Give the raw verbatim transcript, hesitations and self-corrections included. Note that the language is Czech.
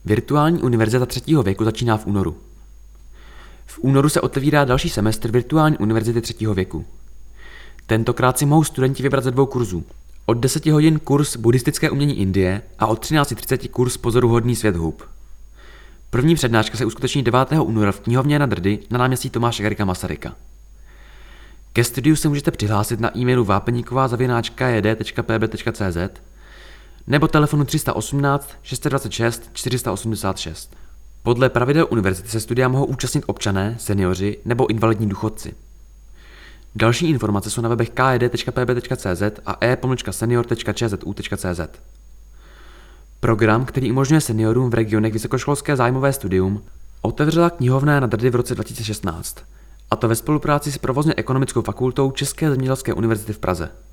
Virtuální univerzita třetího věku začíná v únoru. V únoru se otevírá další semestr Virtuální univerzity třetího věku. Tentokrát si mohou studenti vybrat ze dvou kurzů. Od deseti hodin kurz Buddhistické umění Indie a od třináct třicet kurz Pozoruhodný svět hub. První přednáška se uskuteční devátého února v knihovně na Drdy na náměstí Tomáše Garrigua Masaryka. Ke studiu se můžete přihlásit na e-mailu vápeníková zavináč k j d tečka p b tečka c z nebo telefonu tři osm osm šest dva šest čtyři osm šest. Podle pravidel univerzity se studia mohou účastnit občané, seniori nebo invalidní důchodci. Další informace jsou na webech k j d tečka p b tečka c z a e pomlčka senior tečka č z u tečka c z. Program, který umožňuje seniorům v regionech vysokoškolské zájmové studium, otevřela knihovna na Drdy v roce dva tisíce šestnáct, a to ve spolupráci s provozně ekonomickou fakultou České zemědělské univerzity v Praze.